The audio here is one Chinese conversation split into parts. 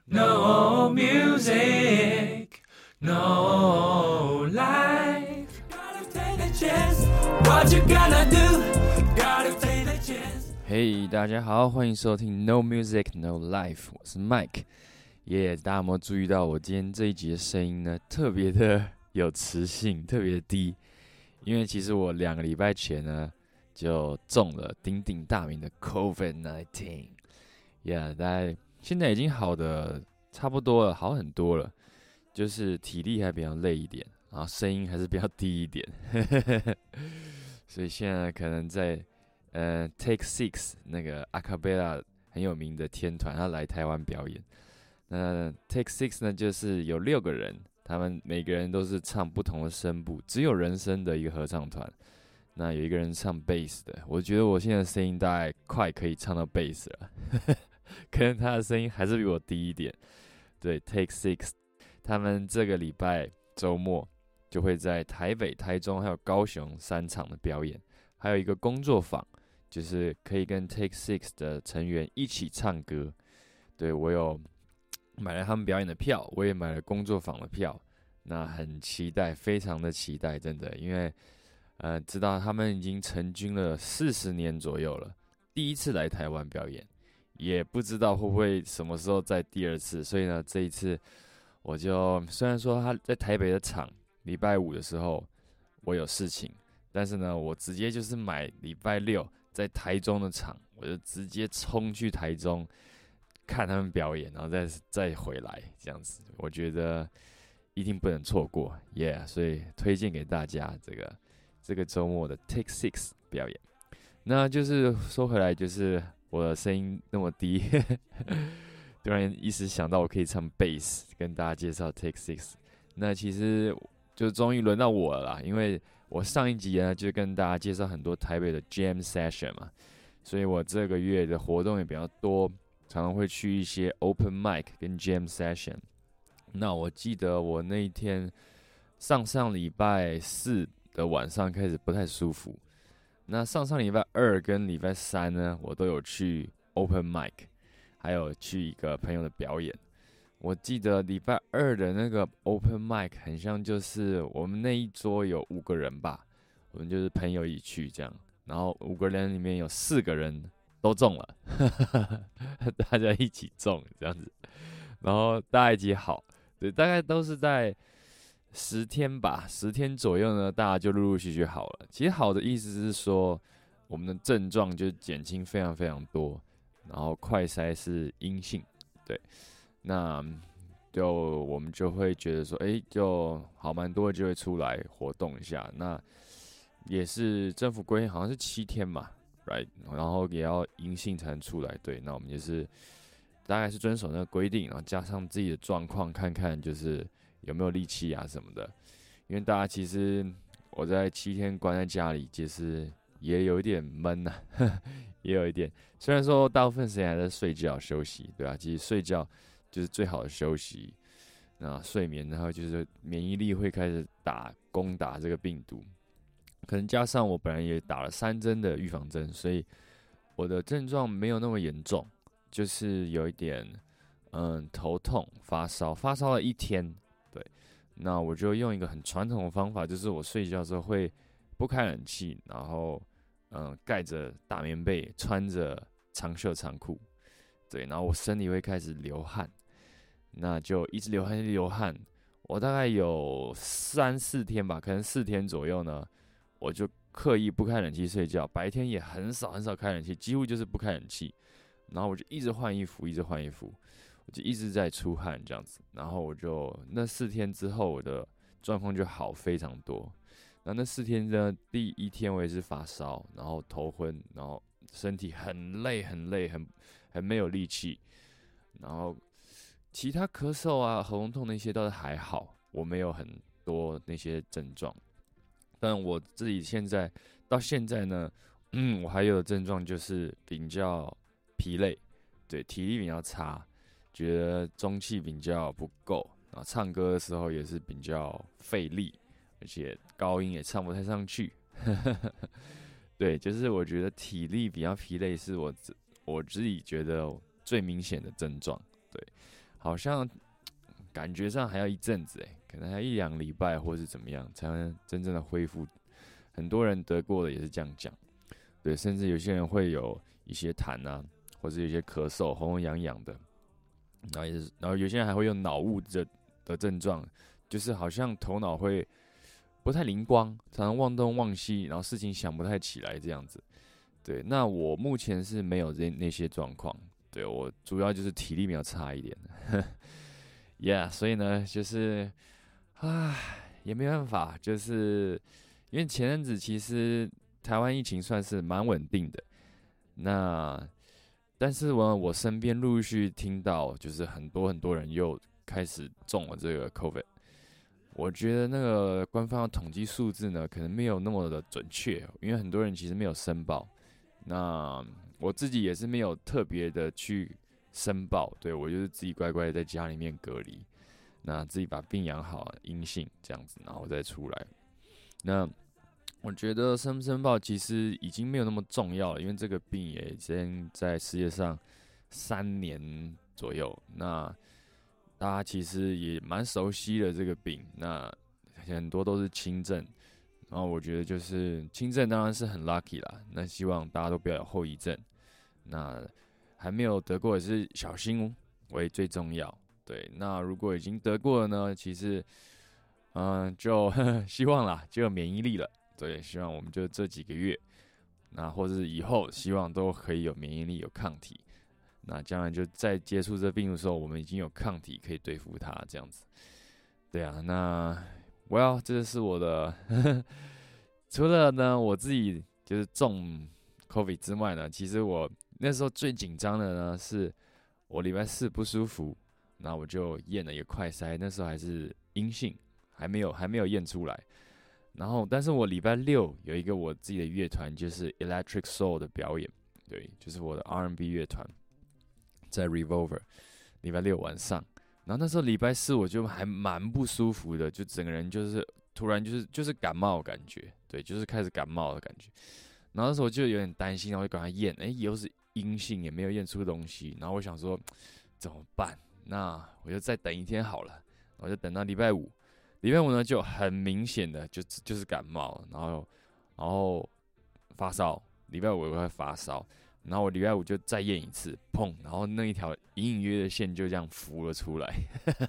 No music, no life. Gotta take a chance. What you gonna do? Gotta take a chance. 嘿，大家好，欢迎收听 No Music, No Life， 我是 Mike。大家有没有注意到我今天这一集的声音呢？特别的有磁性，特别的低。因为其实我2个礼拜前呢就中了鼎鼎大名的 COVID-19。大概现在已经好的差不多了，好很多了，就是体力还比较累一点，然后声音还是比较低一点，所以现在可能在Take Six 那个阿卡贝拉很有名的天团，他来台湾表演。那 Take Six 呢，就是有6个人，他们每个人都是唱不同的声部，只有人声的一个合唱团。那有一个人唱 bass 的，我觉得我现在的声音大概快可以唱到 bass 了。可能他的声音还是比我低一点。对 ，Take Six， 他们这个礼拜周末就会在台北、台中还有高雄3场的表演，还有一个工作坊，就是可以跟 Take Six 的成员一起唱歌。对，我有买了他们表演的票，我也买了工作坊的票，那很期待，非常的期待，真的，因为知道他们已经成军了40年左右了，第一次来台湾表演。也不知道会不会什么时候再第2次，所以呢，这一次我就虽然说他在台北的场礼拜5的时候我有事情，但是呢，我直接就是买礼拜6在台中的场，我就直接冲去台中看他们表演，然后再回来这样子，我觉得一定不能错过，所以推荐给大家这个周末的 Take Six 表演。那就是说回来，就是我的声音那么低，突然一时想到我可以唱 bass， 跟大家介绍 Take Six。那其实就终于轮到我了啦，因为我上一集呢就跟大家介绍很多台北的 Jam Session 嘛，所以我这个月的活动也比较多，常常会去一些 Open Mic 跟 Jam Session。那我记得我那一天上礼拜4的晚上开始不太舒服。那上礼拜2跟礼拜3呢，我都有去 Open Mic， 还有去一个朋友的表演。我记得礼拜2的那个 Open Mic 很像就是我们那一桌有5个人吧，我们就是朋友一起去这样，然后5个人里面有4个人都中了，大家一起中这样子，然后大家一起好，对，大概都是在10天吧，10天左右呢，大家就陆陆续续好了。其实好的意思是说，我们的症状就减轻非常非常多，然后快筛是阴性，对，那就我们就会觉得说，就好蛮多就会出来活动一下。那也是政府规定好像是7天嘛 ，right， 然后也要阴性才能出来，对，那我们也是大概是遵守那个规定，然后加上自己的状况，看看就是有没有力气啊什么的，因为大家其实我在7天关在家里，其实也有一点闷呐，也有一点。虽然说大部分时间还在睡觉休息，对吧？其实睡觉就是最好的休息。那睡眠，然后就是免疫力会开始攻打这个病毒，可能加上我本来也打了3针的预防针，所以我的症状没有那么严重，就是有一点头痛、发烧了1天。对，那我就用一个很传统的方法，就是我睡觉的时候会不开冷气，然后盖着大棉被，穿着长袖长裤，对，然后我身体会开始流汗，那就一直流汗。我大概有3-4天吧，可能4天左右呢，我就刻意不开冷气睡觉，白天也很少开冷气，几乎就是不开冷气，然后我就一直换衣服。我就一直在出汗这样子，然后我就那4天之后，我的状况就好非常多。那4天呢，第1天我也是发烧，然后头昏，然后身体很累，很没有力气，然后其他咳嗽啊、喉咙痛那些倒是还好，我没有很多那些症状。但我自己到现在呢，我还有的症状就是比较疲累，对，体力比较差。觉得中气比较不够，然后唱歌的时候也是比较费力，而且高音也唱不太上去。对，就是我觉得体力比较疲累是我自己觉得最明显的症状。对， 好像感觉上还要一阵子可能还1-2礼拜或是怎么样才能真正的恢复。很多人得过的也是这样讲，对，甚至有些人会有一些痰啊，或是有些咳嗽、喉咙痒痒的，然后有些人还会有脑雾的症状，就是好像头脑会不太灵光，常常忘东忘西，然后事情想不太起来这样子。对，那我目前是没有那些状况，对，我主要就是体力比较差一点，yeah， 所以呢，就是也没办法，就是因为前阵子其实台湾疫情算是蛮稳定的，但是我身边陆续听到，就是很多人又开始中了这个 COVID。我觉得那个官方的统计数字呢，可能没有那么的准确，因为很多人其实没有申报。那我自己也是没有特别的去申报，对，我就是自己乖乖在家里面隔离，那自己把病养好，阴性这样子，然后再出来。那我觉得申不申报其实已经没有那么重要了，因为这个病也已经在世界上3年左右，那大家其实也蛮熟悉的这个病，那很多都是轻症，然后我觉得就是轻症当然是很 lucky 啦，那希望大家都不要有后遗症，那还没有得过也是小心为最重要，对，那如果已经得过了呢，其实就希望啦，就有免疫力了，对，希望我们就这几个月，那或者是以后希望都可以有免疫力，有抗体。那将来就在接触这病毒的时候，我们已经有抗体可以对付它，这样子。对啊，那这是我的除了呢我自己就是中 COVID 之外呢，其实我那时候最紧张的呢是我礼拜4不舒服，那我就验了一个快筛，那时候还是阴性，还没有验出来。然后，但是我礼拜6有一个我自己的乐团，就是 Electric Soul 的表演，对，就是我的 R&B 乐团。在 Revolver 礼拜6晚上，然后那时候礼拜4我就还蛮不舒服的，就整个人就是突然就是感冒的感觉，对，就是开始感冒的感觉。然后那时候我就有点担心，然后就赶快验，又是阴性，也没有验出东西。然后我想说怎么办？那我就再等一天好了，我就等到礼拜5。礼拜5呢就很明显的就是感冒，然后发烧，礼拜5我会发烧。然后我礼拜5就再验一次，砰！然后那一条隐隐约约的线就这样浮了出来，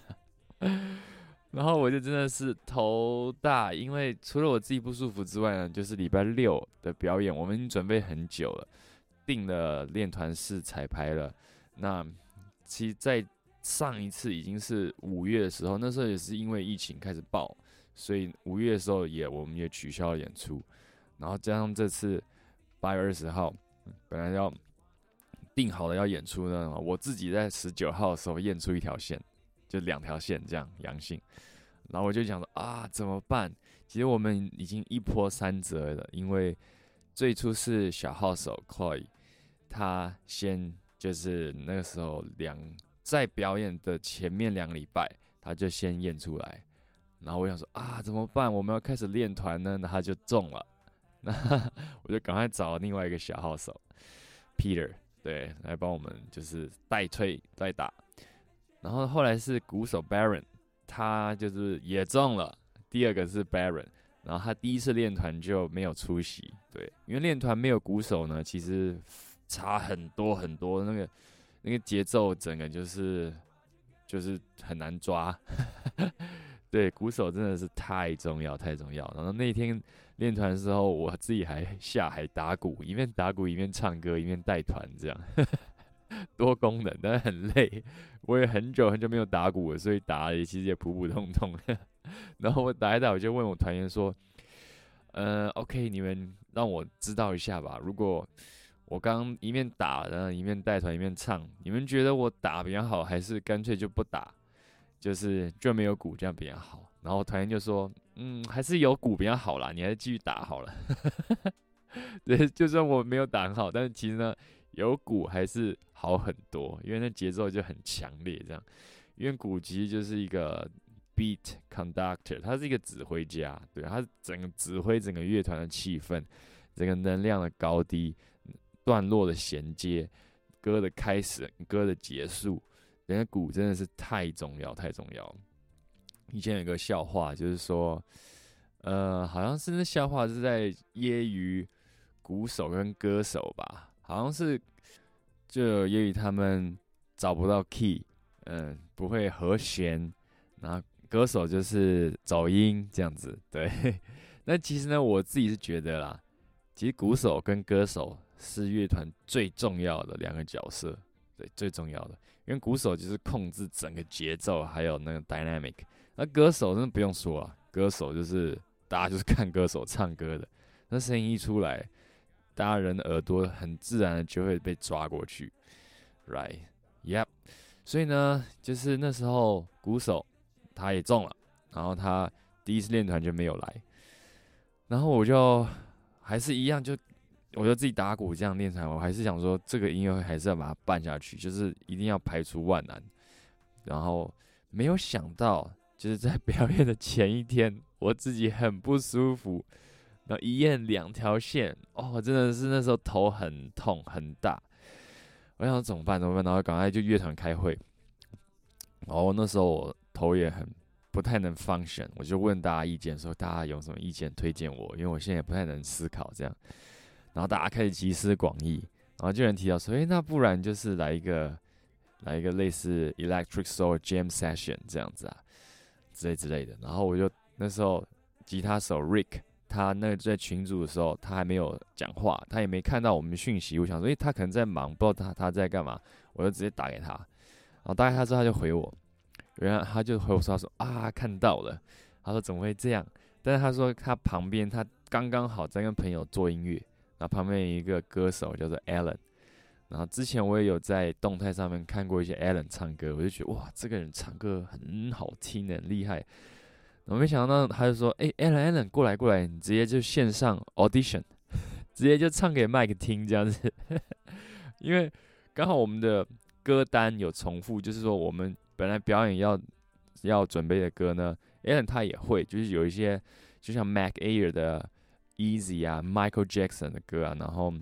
然后我就真的是头大，因为除了我自己不舒服之外呢，就是礼拜6的表演，我们已经准备很久了，订了练团室彩排了。那其实，在上一次已经是5月的时候，那时候也是因为疫情开始爆，所以5月的时候我们也取消了演出，然后加上这次8月20号。本来要定好了要演出呢，我自己在19号的时候验出1条线，就2条线这样阳性，然后我就想说怎么办？其实我们已经一波三折了，因为最初是小号手 Chloe， 他先就是那个时候在表演的前面2个礼拜，他就先验出来，然后我想说怎么办？我们要开始练团呢，那他就中了。那我就赶快找另外一个小号手 Peter， 对，来帮我们就是代吹代打。然后后来是鼓手 Baron， 他就是也中了。第2个是 Baron， 然后他第一次练团就没有出席，对，因为练团没有鼓手呢，其实差很多很多，那个节奏整个就是很难抓。对，鼓手真的是太重要，太重要。然后那天练团的时候，我自己还下海打鼓，一面打鼓一面唱歌，一面带团，这样多功能，但是很累。我也很久没有打鼓了，所以打其实也普普通通。然后我打一打，我就问我团员说：“OK， 你们让我知道一下吧。如果我刚一面打，然后一面带团一面唱，你们觉得我打比较好，还是干脆就不打？”就没有鼓，这样比较好。然后团员就说：“还是有鼓比较好啦，你还是继续打好了。”对，就算我没有打很好，但是其实呢，有鼓还是好很多，因为那节奏就很强烈，这样。因为鼓其实就是一个 beat conductor， 他是一个指挥家，对，他整个指挥整个乐团的气氛，整个能量的高低、段落的衔接、歌的开始、歌的结束。 人的鼓真的是太重要，太重要了。以前有一个笑话，就是说，好像是那笑话是在揶揄鼓手跟歌手吧，好像是就揶揄他们找不到 key，不会和弦，然后歌手就是走音这样子，对。那其实呢，我自己是觉得啦，其实鼓手跟歌手是乐团最重要的两个角色，对，最重要的。因为鼓手就是控制整个节奏，还有那个 dynamic。那歌手真的不用说啊，歌手就是大家就是看歌手唱歌的，那声音一出来，大家人的耳朵很自然的就会被抓过去 ，right？Yep。所以呢，就是那时候鼓手他也中了，然后他第一次练团就没有来，然后我就还是一样我就自己打鼓这样练团，我还是想说这个音乐会还是要把它办下去，就是一定要排除万难。然后没有想到，就是在表演的前一天，我自己很不舒服，然后一验2条线，真的是那时候头很痛很大。我想怎么办？然后赶快就乐团开会。然后那时候我头也很不太能 function， 我就问大家意见，说大家有什么意见推荐我，因为我现在也不太能思考这样。然后大家开始集思广益，然后就有人提到说，那不然就是来一个类似 Electric Soul Jam Session 这样子啊，之类的。然后我就那时候吉他手 Rick， 他那在群组的时候，他还没有讲话，他也没看到我们讯息。我想说，他可能在忙，不知道他在干嘛，我就直接打给他。然后打给他之后，他就回我，原来他就回我说，他说看到了，他说怎么会这样？但是他说他旁边他刚刚好在跟朋友做音乐。然后旁边有一个歌手叫做 Alan， 然后之前我也有在动态上面看过一些 Alan 唱歌，我就觉得哇，这个人唱歌很好听，很厉害。然后没想到他就说，Alan 过来，你直接就线上 audition， 直接就唱给 Mike 听这样子。因为刚好我们的歌单有重复，就是说我们本来表演要准备的歌呢 ，Alan 他也会，就是有一些就像 Mac Air 的。Easy 啊 ，Michael Jackson 的歌啊，然后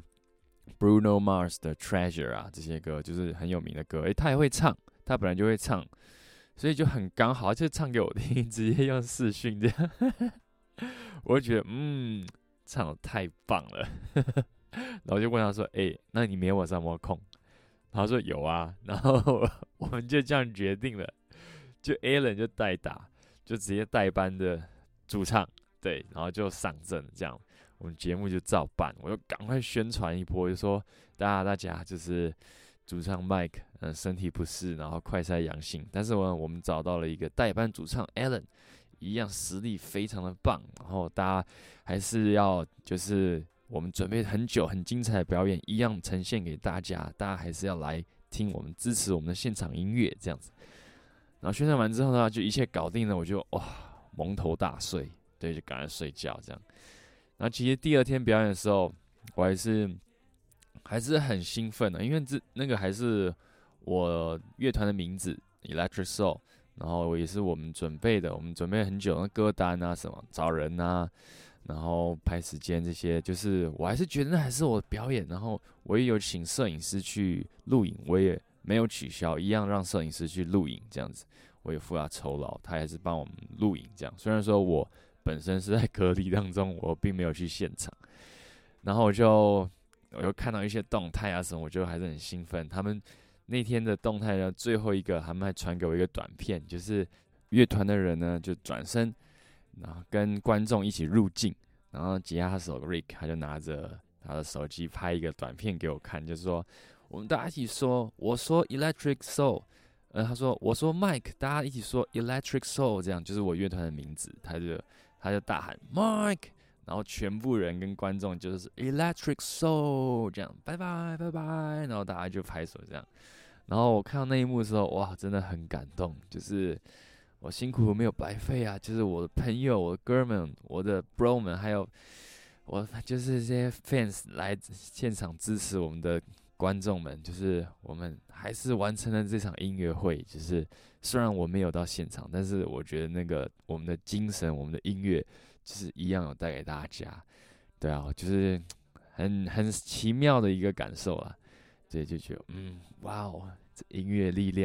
Bruno Mars 的 Treasure 啊，这些歌就是很有名的歌。他也会唱，他本来就会唱，所以就很刚好，就唱给我听，直接用视讯这样。我就觉得，唱得太棒了。然后就问他说，那你明天晚上有没有空？他说有啊，然后我们就这样决定了，就 Alan 就代打，就直接代班的主唱。对，然后就上阵这样，我们节目就照办。我就赶快宣传一波，就说大家就是主唱 Mike， 身体不适，然后快筛阳性，但是我们找到了一个代班主唱 Alan， 一样实力非常的棒，然后大家还是要就是我们准备很久很精彩的表演，一样呈现给大家，大家还是要来听我们支持我们的现场音乐这样子。然后宣传完之后呢，就一切搞定了，我就蒙头大睡。对，就赶快睡觉这样。然后其实第二天表演的时候，我还是很兴奋的，因为那个还是我乐团的名字 Electric Soul， 然后也是我们准备很久，那歌单啊什么找人啊，然后排时间这些，就是我还是觉得那还是我的表演。然后我也有请摄影师去录影，我也没有取消，一样让摄影师去录影这样子，我也付他酬劳，他还是帮我们录影这样。虽然说我本身是在隔离当中，我并没有去现场，然后我就看到一些动态啊什么，我就还是很兴奋。他们那天的动态呢，最后一个他们还传给我一个短片，就是乐团的人呢就转身，然后跟观众一起入镜，然后吉他手 Rick 他就拿着他的手机拍一个短片给我看，就是说我们大家一起说，我说 Electric Soul。他说我说 Mike， 大家一起说 Electric Soul， 这样就是我乐团的名字，他就大喊 Mike， 然后全部人跟观众就是 Electric Soul 这样，拜拜拜拜，然后大家就拍手这样。然后我看到那一幕的时候，哇，真的很感动，就是我辛苦没有白费啊，就是我的朋友、我的哥们、我的 bro 们，还有我就是这些 fans 来现场支持我们的观众们，就是我们还是完成了这场音乐会。就是虽然我没有到现场，但是我觉得那个我们的精神、我们的音乐，就是一样有带给大家。对啊，就是很奇妙的一个感受啊。对，就觉得哇哦，这音乐力量就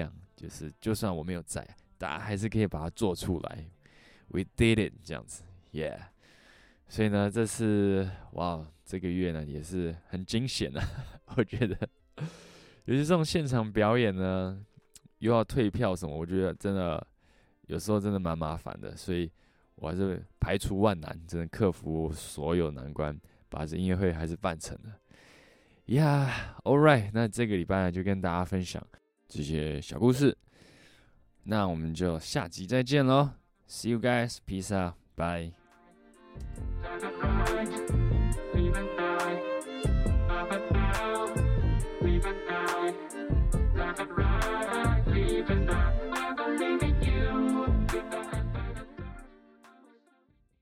就是就算我没有在，大家还是可以把它做出来。We did it， 这样子 ，Yeah。所以呢，这次哇，这个月呢也是很惊险的，我觉得，尤其这种现场表演呢，又要退票什么，我觉得真的有时候真的蛮麻烦的，所以我还是排除万难，真的克服所有难关，把这音乐会还是办成了。Yeah，all right， 那这个礼拜呢就跟大家分享这些小故事，那我们就下集再见喽。See you guys, peace out, bye.